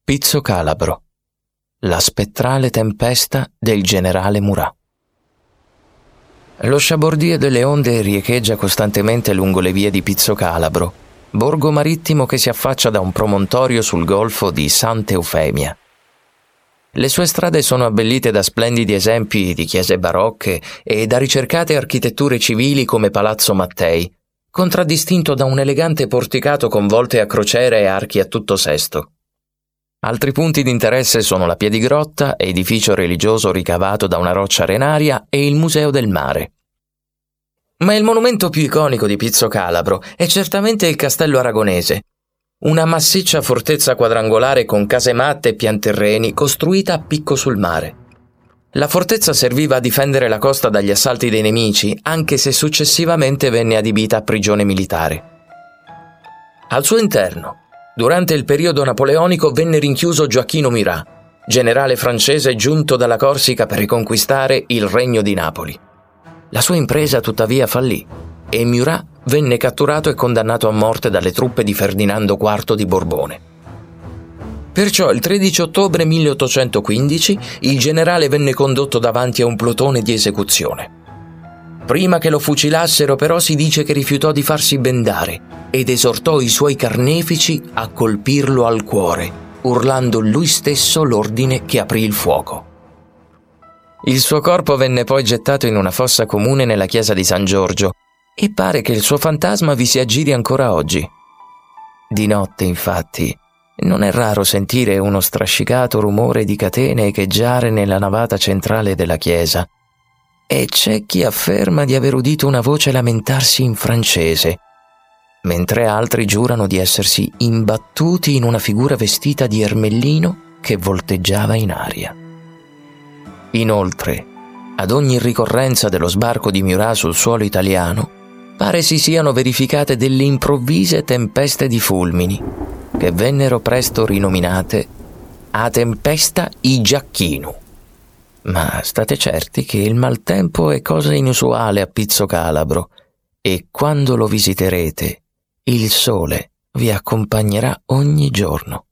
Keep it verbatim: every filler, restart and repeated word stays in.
Pizzo Calabro, la spettrale tempesta del generale Murat. Lo sciabordio delle onde riecheggia costantemente lungo le vie di Pizzo Calabro, borgo marittimo che si affaccia da un promontorio sul golfo di Sant'Eufemia. Le sue strade sono abbellite da splendidi esempi di chiese barocche e da ricercate architetture civili come Palazzo Mattei, contraddistinto da un elegante porticato con volte a crociera e archi a tutto sesto. Altri punti di interesse sono la Piedigrotta, edificio religioso ricavato da una roccia arenaria, e il Museo del Mare. Ma il monumento più iconico di Pizzo Calabro è certamente il Castello Aragonese, una massiccia fortezza quadrangolare con casematte e pianterreni costruita a picco sul mare. La fortezza serviva a difendere la costa dagli assalti dei nemici, anche se successivamente venne adibita a prigione militare. Al suo interno, durante il periodo napoleonico, venne rinchiuso Gioacchino Murat, generale francese giunto dalla Corsica per riconquistare il Regno di Napoli. La sua impresa tuttavia fallì e Murat venne catturato e condannato a morte dalle truppe di Ferdinando quarto di Borbone. Perciò il tredici ottobre milleottocentoquindici il generale venne condotto davanti a un plotone di esecuzione. Prima che lo fucilassero però si dice che rifiutò di farsi bendare ed esortò i suoi carnefici a colpirlo al cuore, urlando lui stesso l'ordine che aprì il fuoco. Il suo corpo venne poi gettato in una fossa comune nella chiesa di San Giorgio e pare che il suo fantasma vi si aggiri ancora oggi. Di notte, infatti, non è raro sentire uno strascicato rumore di catene echeggiare nella navata centrale della chiesa, e c'è chi afferma di aver udito una voce lamentarsi in francese, mentre altri giurano di essersi imbattuti in una figura vestita di ermellino che volteggiava in aria. Inoltre, ad ogni ricorrenza dello sbarco di Murat sul suolo italiano, pare si siano verificate delle improvvise tempeste di fulmini, che vennero presto rinominate a tempesta i Giacchinu. Ma state certi che il maltempo è cosa inusuale a Pizzo Calabro e quando lo visiterete il sole vi accompagnerà ogni giorno.